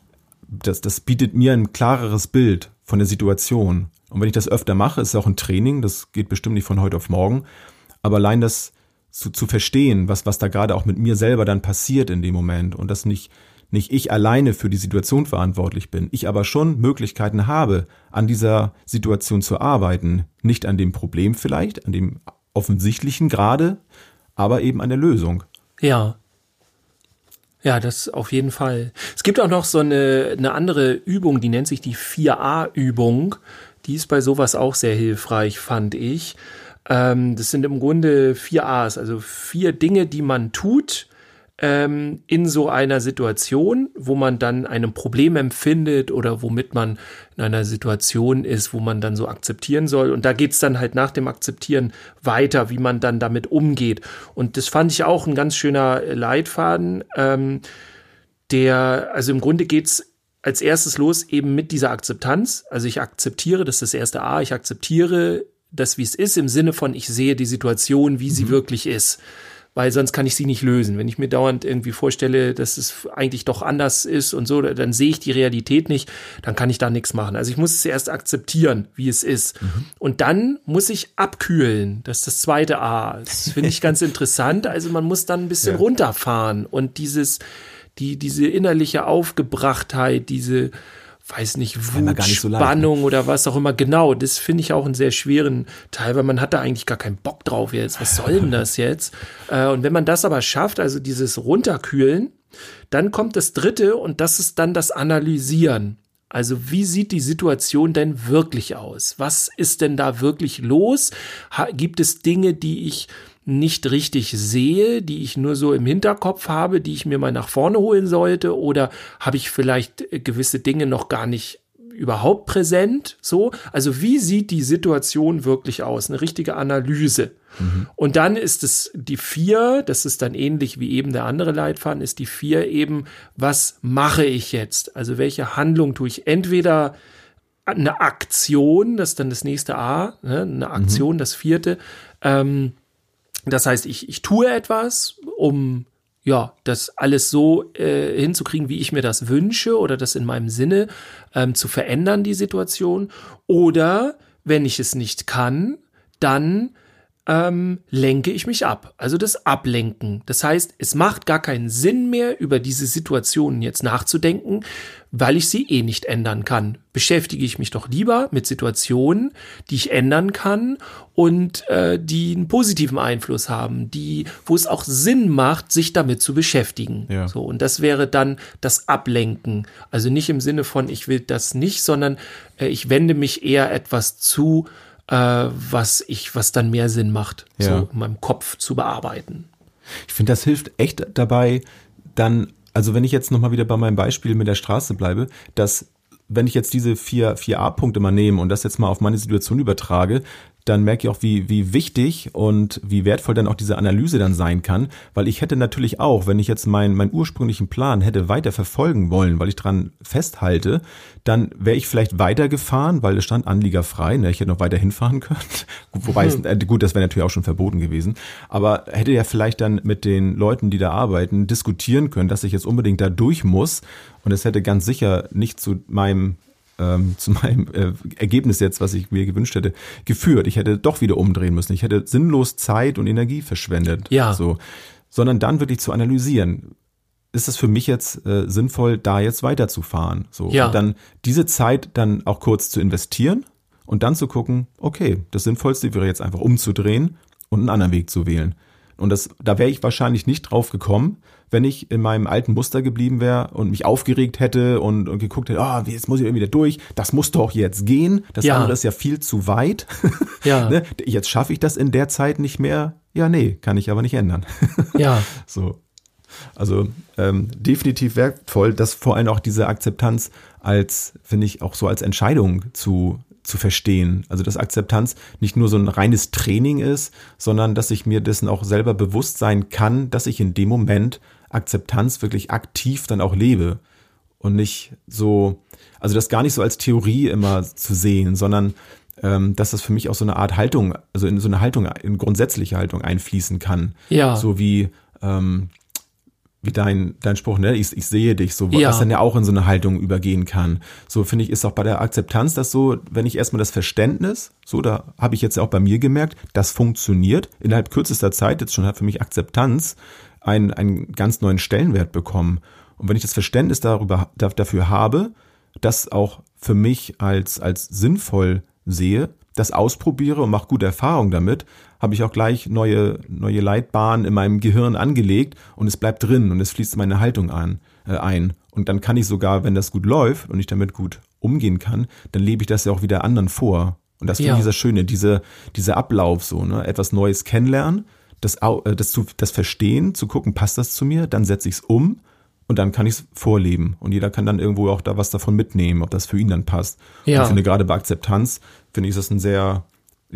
das bietet mir ein klareres Bild von der Situation. Und wenn ich das öfter mache, ist es auch ein Training, das geht bestimmt nicht von heute auf morgen, aber allein das zu verstehen, was da gerade auch mit mir selber dann passiert in dem Moment und dass nicht ich alleine für die Situation verantwortlich bin, ich aber schon Möglichkeiten habe, an dieser Situation zu arbeiten, nicht an dem Problem vielleicht, an dem offensichtlichen gerade, aber eben an der Lösung. Ja. Ja, das auf jeden Fall. Es gibt auch noch so eine andere Übung, die nennt sich die 4a-Übung. Die ist bei sowas auch sehr hilfreich, fand ich. Das sind im Grunde 4 A's, also 4 Dinge, die man tut in so einer Situation, wo man dann ein Problem empfindet oder womit man in einer Situation ist, wo man dann so akzeptieren soll. Und da geht's dann halt nach dem Akzeptieren weiter, wie man dann damit umgeht. Und das fand ich auch ein ganz schöner Leitfaden, also im Grunde geht's als erstes los eben mit dieser Akzeptanz. Also ich akzeptiere, das ist das erste A, ich akzeptiere das, wie es ist, im Sinne von, ich sehe die Situation, wie sie wirklich ist. Weil sonst kann ich sie nicht lösen. Wenn ich mir dauernd irgendwie vorstelle, dass es eigentlich doch anders ist und so, dann sehe ich die Realität nicht, dann kann ich da nichts machen. Also ich muss es erst akzeptieren, wie es ist. Und dann muss ich abkühlen. Das ist das zweite A. Das finde ich ganz interessant. Also man muss dann ein bisschen runterfahren und diese innerliche Aufgebrachtheit, diese, weiß nicht, Wut, Spannung oder was auch immer, genau, das finde ich auch einen sehr schweren Teil, weil man hat da eigentlich gar keinen Bock drauf jetzt, was soll denn das jetzt? Und wenn man das aber schafft, also dieses Runterkühlen, dann kommt das dritte und das ist dann das Analysieren. Also wie sieht die Situation denn wirklich aus? Was ist denn da wirklich los? Gibt es Dinge, die ich nicht richtig sehe, die ich nur so im Hinterkopf habe, die ich mir mal nach vorne holen sollte, oder habe ich vielleicht gewisse Dinge noch gar nicht überhaupt präsent, so? Also wie sieht die Situation wirklich aus? Eine richtige Analyse. Und dann ist es die 4, das ist dann ähnlich wie eben der andere Leitfaden, ist die 4 eben, was mache ich jetzt? Also welche Handlung tue ich? Entweder eine Aktion, das ist dann das nächste A, ne? Eine Aktion, das 4. Das heißt, ich tue etwas, um das alles so hinzukriegen, wie ich mir das wünsche oder das in meinem Sinne zu verändern, die Situation. Oder wenn ich es nicht kann, dann lenke ich mich ab. Also das Ablenken. Das heißt, es macht gar keinen Sinn mehr, über diese Situationen jetzt nachzudenken, weil ich sie eh nicht ändern kann. Beschäftige ich mich doch lieber mit Situationen, die ich ändern kann und die einen positiven Einfluss haben, wo es auch Sinn macht, sich damit zu beschäftigen. Ja. So, und das wäre dann das Ablenken. Also nicht im Sinne von, ich will das nicht, sondern ich wende mich eher etwas zu, was dann mehr Sinn macht, so in meinem Kopf zu bearbeiten. Ich finde, das hilft echt dabei, dann, also wenn ich jetzt nochmal wieder bei meinem Beispiel mit der Straße bleibe, dass wenn ich jetzt diese 4 A-Punkte mal nehme und das jetzt mal auf meine Situation übertrage, dann merke ich auch, wie wichtig und wie wertvoll dann auch diese Analyse dann sein kann, weil ich hätte natürlich auch, wenn ich jetzt meinen ursprünglichen Plan hätte weiter verfolgen wollen, weil ich dran festhalte, dann wäre ich vielleicht weitergefahren, weil es stand anliegerfrei, ne, ich hätte noch weiter hinfahren können, wobei gut, das wäre natürlich auch schon verboten gewesen, aber hätte ja vielleicht dann mit den Leuten, die da arbeiten, diskutieren können, dass ich jetzt unbedingt da durch muss und es hätte ganz sicher nicht zu meinem Ergebnis jetzt, was ich mir gewünscht hätte, geführt. Ich hätte doch wieder umdrehen müssen. Ich hätte sinnlos Zeit und Energie verschwendet. Ja. So. Sondern dann wirklich zu analysieren. Ist es für mich jetzt sinnvoll, da jetzt weiterzufahren? So. Ja. Und dann diese Zeit dann auch kurz zu investieren und dann zu gucken, okay, das Sinnvollste wäre jetzt einfach umzudrehen und einen anderen Weg zu wählen. Und da wäre ich wahrscheinlich nicht drauf gekommen, wenn ich in meinem alten Muster geblieben wäre und mich aufgeregt hätte und geguckt hätte, jetzt muss ich irgendwie da durch, das muss doch jetzt gehen, das andere ist ja viel zu weit. Ja. Ne? Jetzt schaffe ich das in der Zeit nicht mehr. Ja, nee, kann ich aber nicht ändern. Ja. So. Also definitiv wertvoll, dass vor allem auch diese Akzeptanz finde ich, auch so als Entscheidung zu verstehen. Also dass Akzeptanz nicht nur so ein reines Training ist, sondern dass ich mir dessen auch selber bewusst sein kann, dass ich in dem Moment Akzeptanz wirklich aktiv dann auch lebe und nicht so, also das gar nicht so als Theorie immer zu sehen, sondern dass das für mich auch so eine Art Haltung, also in so eine Haltung, in grundsätzliche Haltung einfließen kann. Ja. So wie dein Spruch, ne, ich sehe dich, so, was dann ja auch in so eine Haltung übergehen kann. So finde ich, ist auch bei der Akzeptanz das so, wenn ich erstmal das Verständnis, so, da habe ich jetzt ja auch bei mir gemerkt, das funktioniert. Innerhalb kürzester Zeit jetzt schon hat für mich Akzeptanz einen ganz neuen Stellenwert bekommen. Und wenn ich das Verständnis dafür habe, das auch für mich als sinnvoll sehe, das ausprobiere und mache gute Erfahrungen damit, habe ich auch gleich neue Leitbahnen in meinem Gehirn angelegt und es bleibt drin und es fließt in meine Haltung ein. Und dann kann ich sogar, wenn das gut läuft und ich damit gut umgehen kann, dann lebe ich das ja auch wieder anderen vor. Und das finde ich das Schöne, dieser Ablauf so, ne, etwas Neues kennenlernen, das Verstehen, zu gucken, passt das zu mir, dann setze ich es um und dann kann ich es vorleben. Und jeder kann dann irgendwo auch da was davon mitnehmen, ob das für ihn dann passt. Ja. Und ich finde gerade bei Akzeptanz, finde ich, ist das ein sehr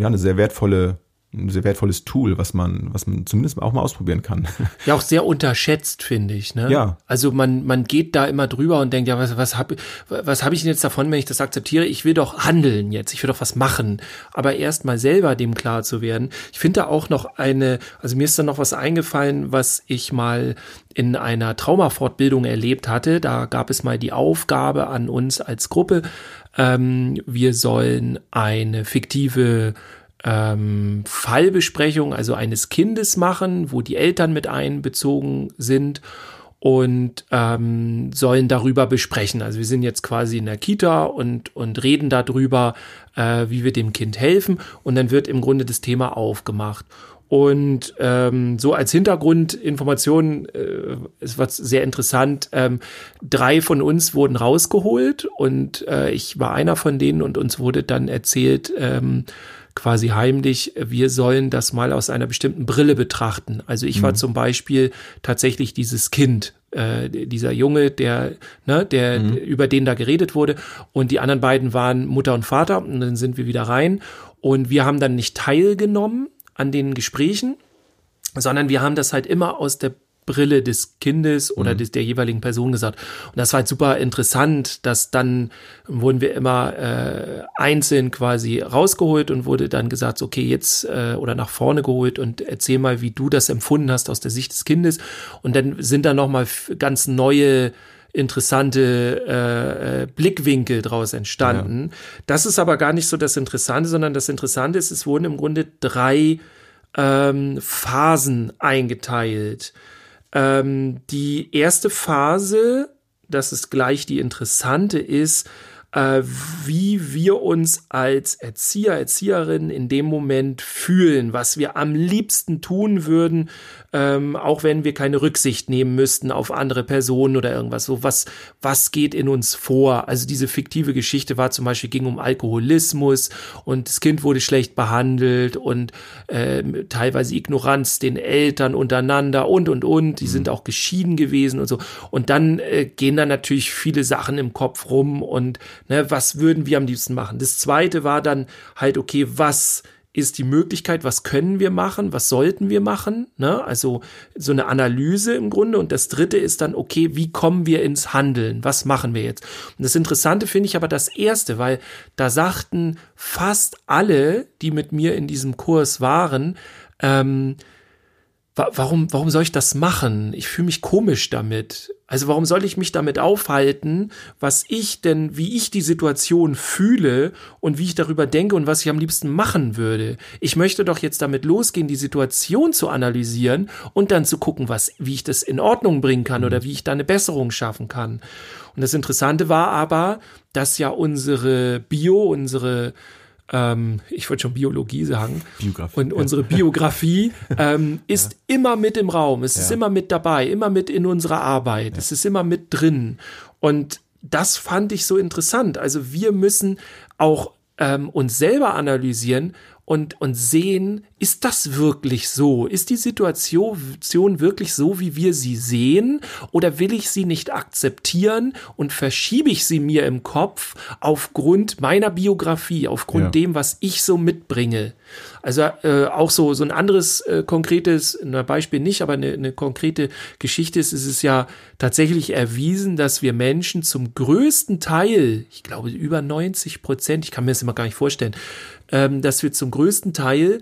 wertvolles Tool, was man zumindest auch mal ausprobieren kann. Ja, auch sehr unterschätzt, finde ich. Ne? Ja. Also man geht da immer drüber und denkt, ja, was hab ich denn jetzt davon, wenn ich das akzeptiere? Ich will doch handeln jetzt, ich will doch was machen. Aber erst mal selber dem klar zu werden. Ich finde da auch noch also mir ist da noch was eingefallen, was ich mal in einer Traumafortbildung erlebt hatte. Da gab es mal die Aufgabe an uns als Gruppe, wir sollen eine fiktive Fallbesprechung, also eines Kindes machen, wo die Eltern mit einbezogen sind und sollen darüber besprechen. Also wir sind jetzt quasi in der Kita und reden darüber, wie wir dem Kind helfen, und dann wird im Grunde das Thema aufgemacht. Und so als Hintergrundinformation, es war sehr interessant, 3 von uns wurden rausgeholt und ich war einer von denen, und uns wurde dann erzählt, quasi heimlich, wir sollen das mal aus einer bestimmten Brille betrachten. Also ich war zum Beispiel tatsächlich dieses Kind, dieser Junge, der über den da geredet wurde, und die anderen beiden waren Mutter und Vater, und dann sind wir wieder rein und wir haben dann nicht teilgenommen an den Gesprächen, sondern wir haben das halt immer aus der Brille des Kindes oder der jeweiligen Person gesagt. Und das war halt super interessant, dass dann wurden wir immer einzeln quasi rausgeholt und wurde dann gesagt, okay, jetzt oder nach vorne geholt und erzähl mal, wie du das empfunden hast aus der Sicht des Kindes. Und dann sind da nochmal ganz neue interessante Blickwinkel draus entstanden. Ja. Das ist aber gar nicht so das Interessante, sondern das Interessante ist, es wurden im Grunde 3 Phasen eingeteilt. Die erste Phase, das ist gleich die interessante, ist, wie wir uns als Erzieher, Erzieherinnen in dem Moment fühlen, was wir am liebsten tun würden, auch wenn wir keine Rücksicht nehmen müssten auf andere Personen oder irgendwas. So was geht in uns vor? Also diese fiktive Geschichte war zum Beispiel, ging um Alkoholismus und das Kind wurde schlecht behandelt und teilweise Ignoranz den Eltern untereinander und. Die sind auch geschieden gewesen und so. Und dann gehen da natürlich viele Sachen im Kopf rum und was würden wir am liebsten machen? Das zweite war dann halt, okay, was ist die Möglichkeit, was können wir machen, was sollten wir machen, also so eine Analyse im Grunde. Und das dritte ist dann, okay, wie kommen wir ins Handeln, was machen wir jetzt? Und das Interessante finde ich aber das erste, weil da sagten fast alle, die mit mir in diesem Kurs waren, warum soll ich das machen? Ich fühle mich komisch damit. Also warum soll ich mich damit aufhalten, wie ich die Situation fühle und wie ich darüber denke und was ich am liebsten machen würde? Ich möchte doch jetzt damit losgehen, die Situation zu analysieren und dann zu gucken, wie ich das in Ordnung bringen kann oder wie ich da eine Besserung schaffen kann. Und das Interessante war aber, dass ja unsere ich wollte schon Biologie sagen. Biografie. Und unsere Biografie ist immer mit im Raum. Es ist immer mit dabei, immer mit in unserer Arbeit. Es ist immer mit drin. Und das fand ich so interessant. Also wir müssen auch uns selber analysieren und sehen, ist das wirklich so? Ist die Situation wirklich so, wie wir sie sehen? Oder will ich sie nicht akzeptieren und verschiebe ich sie mir im Kopf aufgrund meiner Biografie, aufgrund dem, was ich so mitbringe? Also auch so ein anderes konkretes Beispiel nicht, aber eine konkrete Geschichte ist es ja tatsächlich erwiesen, dass wir Menschen zum größten Teil, ich glaube über 90%, ich kann mir das immer gar nicht vorstellen, dass wir zum größten Teil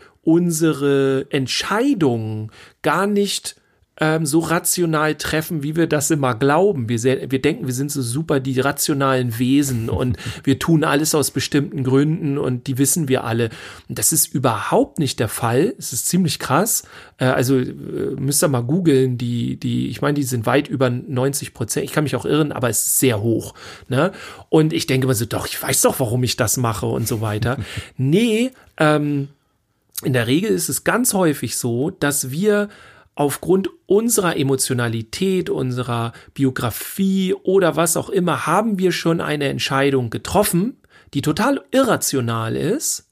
unsere Entscheidungen gar nicht so rational treffen, wie wir das immer glauben. Wir denken, wir sind so super die rationalen Wesen und wir tun alles aus bestimmten Gründen und die wissen wir alle. Und das ist überhaupt nicht der Fall. Es ist ziemlich krass. Also müsst ihr mal googeln, ich meine, die sind weit über 90%. Ich kann mich auch irren, aber es ist sehr hoch. Ne? Und ich denke immer so, doch, ich weiß doch, warum ich das mache und so weiter. Nee, in der Regel ist es ganz häufig so, dass wir aufgrund unserer Emotionalität, unserer Biografie oder was auch immer, haben wir schon eine Entscheidung getroffen, die total irrational ist,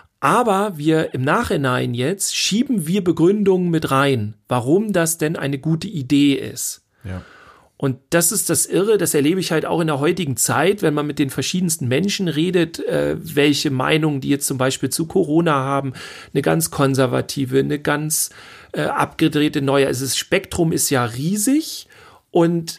aber wir im Nachhinein jetzt schieben wir Begründungen mit rein, warum das denn eine gute Idee ist. Ja. Und das ist das Irre, das erlebe ich halt auch in der heutigen Zeit, wenn man mit den verschiedensten Menschen redet, welche Meinungen die jetzt zum Beispiel zu Corona haben, eine ganz konservative, eine ganz abgedrehte neue. Also das Spektrum ist ja riesig und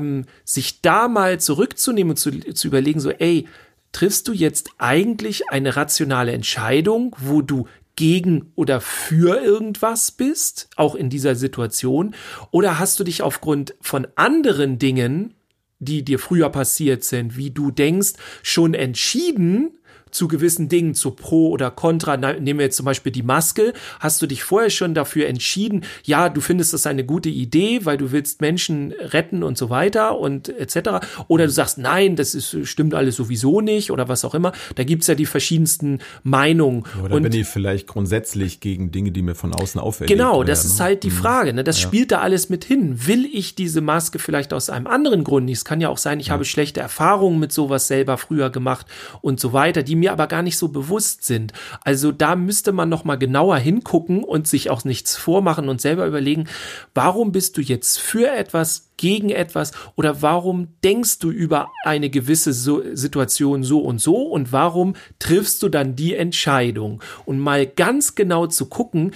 sich da mal zurückzunehmen und zu überlegen, so triffst du jetzt eigentlich eine rationale Entscheidung, wo du gegen oder für irgendwas bist, auch in dieser Situation, oder hast du dich aufgrund von anderen Dingen, die dir früher passiert sind, wie du denkst, schon entschieden zu gewissen Dingen, zu Pro oder Contra, nehmen wir jetzt zum Beispiel die Maske, hast du dich vorher schon dafür entschieden, ja, du findest das eine gute Idee, weil du willst Menschen retten und so weiter und etc. Oder du sagst, nein, stimmt alles sowieso nicht oder was auch immer. Da gibt's ja die verschiedensten Meinungen. Oder bin ich vielleicht grundsätzlich gegen Dinge, die mir von außen auferlegt werden. Genau, das ist halt die Frage. Ne? Das spielt da alles mit hin. Will ich diese Maske vielleicht aus einem anderen Grund nicht? Es kann ja auch sein, ich habe schlechte Erfahrungen mit sowas selber früher gemacht und so weiter, die mir aber gar nicht so bewusst sind. Also da müsste man noch mal genauer hingucken und sich auch nichts vormachen und selber überlegen, warum bist du jetzt für etwas, gegen etwas oder warum denkst du über eine gewisse Situation so und warum triffst du dann die Entscheidung? Und mal ganz genau zu gucken,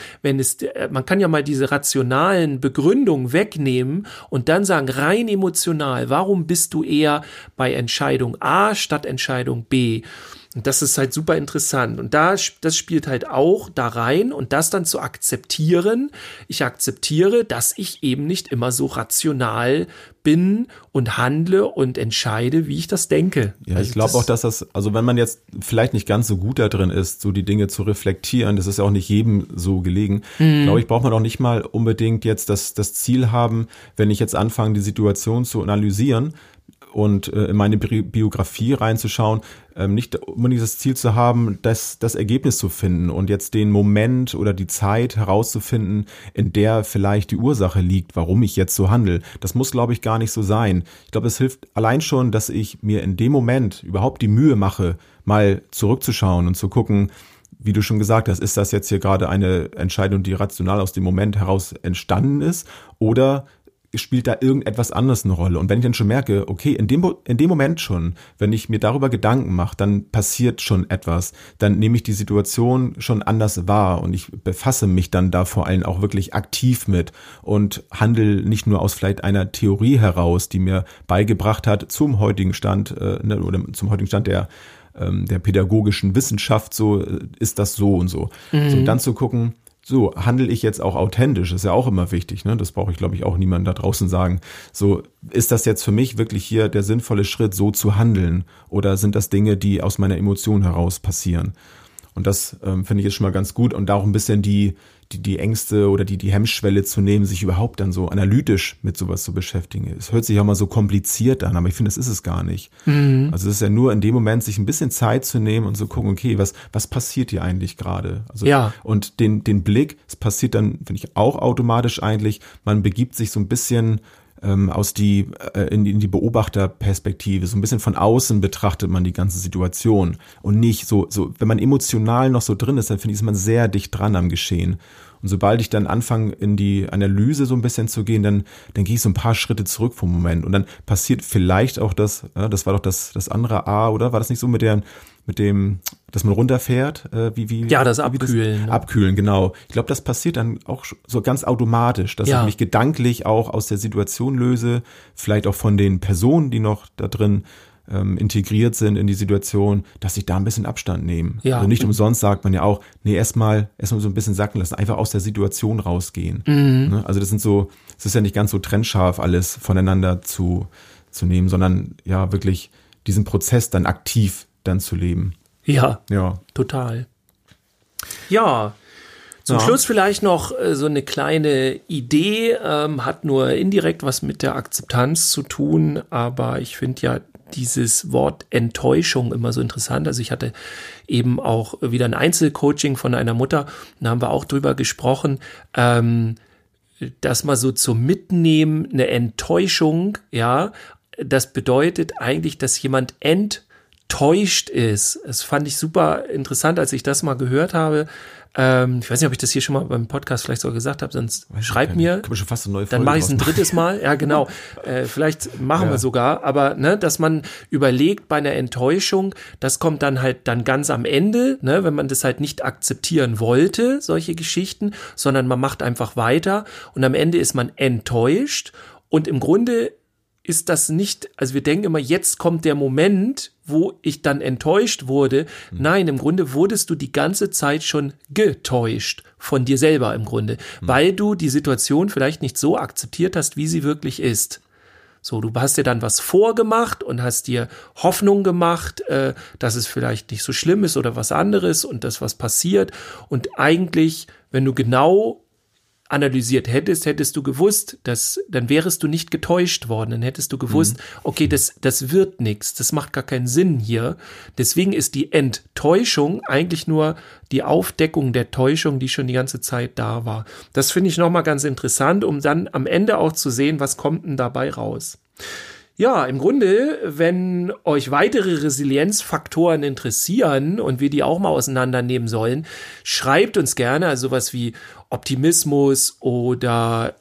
man kann ja mal diese rationalen Begründungen wegnehmen und dann sagen, rein emotional, warum bist du eher bei Entscheidung A statt Entscheidung B? Und das ist halt super interessant. Und das spielt halt auch da rein und das dann zu akzeptieren. Ich akzeptiere, dass ich eben nicht immer so rational bin und handle und entscheide, wie ich das denke. Ja, also ich glaube auch, dass also wenn man jetzt vielleicht nicht ganz so gut da drin ist, so die Dinge zu reflektieren, das ist ja auch nicht jedem so gelegen, glaube ich, braucht man auch nicht mal unbedingt jetzt das Ziel haben, wenn ich jetzt anfange, die Situation zu analysieren, und in meine Biografie reinzuschauen, nicht unbedingt das Ziel zu haben, das Ergebnis zu finden und jetzt den Moment oder die Zeit herauszufinden, in der vielleicht die Ursache liegt, warum ich jetzt so handle. Das muss, glaube ich, gar nicht so sein. Ich glaube, es hilft allein schon, dass ich mir in dem Moment überhaupt die Mühe mache, mal zurückzuschauen und zu gucken, wie du schon gesagt hast, ist das jetzt hier gerade eine Entscheidung, die rational aus dem Moment heraus entstanden ist, oder spielt da irgendetwas anderes eine Rolle? Und wenn ich dann schon merke, okay, in dem Moment schon, wenn ich mir darüber Gedanken mache, dann passiert schon etwas, dann nehme ich die Situation schon anders wahr und ich befasse mich dann da vor allem auch wirklich aktiv mit und handle nicht nur aus vielleicht einer Theorie heraus, die mir beigebracht hat zum heutigen Stand oder zum heutigen Stand der pädagogischen Wissenschaft, so ist das so und so. So, und dann zu gucken, so, handle ich jetzt auch authentisch, ist ja auch immer wichtig, ne? Das brauche ich, glaube ich, auch niemandem da draußen sagen. So, ist das jetzt für mich wirklich hier der sinnvolle Schritt, so zu handeln? Oder sind das Dinge, die aus meiner Emotion heraus passieren? Und das finde ich jetzt schon mal ganz gut und da auch ein bisschen die Ängste oder die Hemmschwelle zu nehmen, sich überhaupt dann so analytisch mit sowas zu beschäftigen. Es hört sich auch mal so kompliziert an, aber ich finde, das ist es gar nicht. Also es ist ja nur in dem Moment, sich ein bisschen Zeit zu nehmen und zu gucken, okay, was passiert hier eigentlich gerade? Also, ja. Und den Blick, es passiert dann, finde ich, auch automatisch eigentlich, man begibt sich so ein bisschen in die Beobachterperspektive, so ein bisschen von außen betrachtet man die ganze Situation und nicht so, wenn man emotional noch so drin ist, dann finde ich, ist man sehr dicht dran am Geschehen. Und sobald ich dann anfange, in die Analyse so ein bisschen zu gehen, dann gehe ich so ein paar Schritte zurück vom Moment und dann passiert vielleicht auch das war doch das andere A, oder? War das nicht so mit dem, dass man runterfährt? Ja, das Abkühlen. Abkühlen, genau. Ich glaube, das passiert dann auch so ganz automatisch, dass ich mich gedanklich auch aus der Situation löse, vielleicht auch von den Personen, die noch da drin integriert sind in die Situation, dass ich da ein bisschen Abstand nehme. Ja. Also nicht umsonst sagt man ja auch, nee, erstmal so ein bisschen sacken lassen, einfach aus der Situation rausgehen. Ne? Also es ist ja nicht ganz so trennscharf alles voneinander zu nehmen, sondern ja wirklich diesen Prozess dann aktiv dann zu leben. Ja, total. Ja, zum Schluss vielleicht noch so eine kleine Idee, hat nur indirekt was mit der Akzeptanz zu tun, aber ich finde ja dieses Wort Enttäuschung immer so interessant. Also ich hatte eben auch wieder ein Einzelcoaching von einer Mutter, da haben wir auch drüber gesprochen, dass mal so zum Mitnehmen eine Enttäuschung, ja, das bedeutet eigentlich, dass jemand enttäuscht ist. Das fand ich super interessant, als ich das mal gehört habe. Ich weiß nicht, ob ich das hier schon mal beim Podcast vielleicht sogar gesagt habe, sonst schreib mir, dann mache ich es ein drittes Mal. Ja, genau. Vielleicht machen wir sogar, aber dass man überlegt bei einer Enttäuschung, das kommt dann halt dann ganz am Ende, wenn man das halt nicht akzeptieren wollte, solche Geschichten, sondern man macht einfach weiter und am Ende ist man enttäuscht und im Grunde ist das nicht, also wir denken immer, jetzt kommt der Moment, wo ich dann enttäuscht wurde. Nein, im Grunde wurdest du die ganze Zeit schon getäuscht von dir selber im Grunde, weil du die Situation vielleicht nicht so akzeptiert hast, wie sie wirklich ist. So, du hast dir dann was vorgemacht und hast dir Hoffnung gemacht, dass es vielleicht nicht so schlimm ist oder was anderes und dass was passiert. Und eigentlich, wenn du genau analysiert hättest du gewusst, dann wärest du nicht getäuscht worden, dann hättest du gewusst, okay, das wird nichts, das macht gar keinen Sinn hier. Deswegen ist die Enttäuschung eigentlich nur die Aufdeckung der Täuschung, die schon die ganze Zeit da war. Das finde ich nochmal ganz interessant, um dann am Ende auch zu sehen, was kommt denn dabei raus. Ja, im Grunde, wenn euch weitere Resilienzfaktoren interessieren und wir die auch mal auseinandernehmen sollen, schreibt uns gerne, also sowas wie Optimismus oder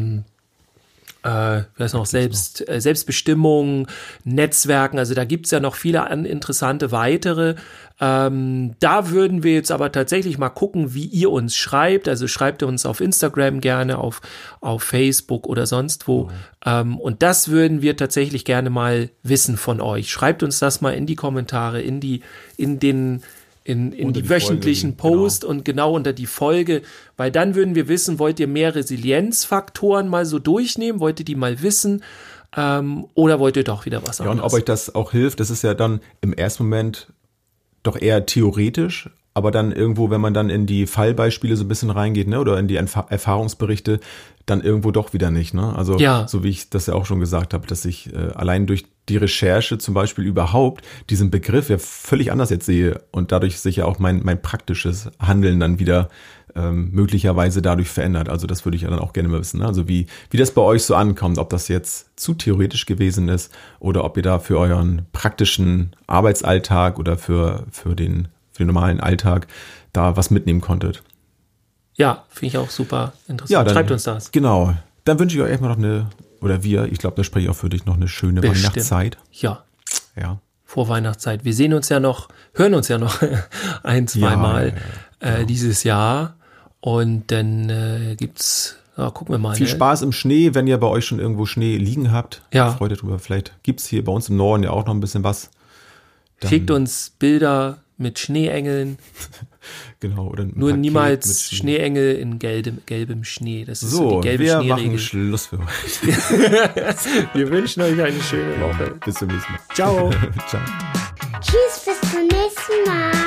Selbstbestimmung, Netzwerken, also da gibt's ja noch viele interessante weitere. Da würden wir jetzt aber tatsächlich mal gucken, wie ihr uns schreibt. Also schreibt ihr uns auf Instagram gerne, auf Facebook oder sonst wo. Und das würden wir tatsächlich gerne mal wissen von euch. Schreibt uns das mal in die Kommentare, in die wöchentlichen Folge, Post und genau unter die Folge, weil dann würden wir wissen, wollt ihr mehr Resilienzfaktoren mal so durchnehmen, wollt ihr die mal wissen oder wollt ihr doch wieder was anderes? Ja, und ob euch das auch hilft, das ist ja dann im ersten Moment doch eher theoretisch, aber dann irgendwo, wenn man dann in die Fallbeispiele so ein bisschen reingeht, ne, oder in die Erfahrungsberichte, dann irgendwo doch wieder nicht, ne? Also so wie ich das ja auch schon gesagt habe, dass ich allein durch die Recherche zum Beispiel überhaupt diesen Begriff ja völlig anders jetzt sehe und dadurch sich ja auch mein praktisches Handeln dann wieder möglicherweise dadurch verändert. Also das würde ich ja dann auch gerne mal wissen, ne? Also wie das bei euch so ankommt, ob das jetzt zu theoretisch gewesen ist oder ob ihr da für euren praktischen Arbeitsalltag oder für den normalen Alltag da was mitnehmen konntet. Ja, finde ich auch super interessant. Ja, dann, schreibt uns das. Genau. Dann wünsche ich euch erstmal noch ich glaube, da spreche ich auch für dich, noch eine schöne Weihnachtszeit. Ja. Ja. Vor Weihnachtszeit. Wir hören uns ja noch ein, zweimal dieses Jahr. Und dann gibt's, gucken wir mal. Viel Spaß im Schnee, wenn ihr bei euch schon irgendwo Schnee liegen habt. Ja. Freut euch drüber. Vielleicht gibt's hier bei uns im Norden ja auch noch ein bisschen was. Dann schickt uns Bilder mit Schneeengeln. Genau. Oder nur niemals Schneeengel in gelbem Schnee. Das ist so die gelbe Schneeregel. Wir machen Schluss für heute. Wir wünschen euch eine schöne Woche. Bis zum nächsten Mal. Ciao. Ciao. Tschüss, bis zum nächsten Mal.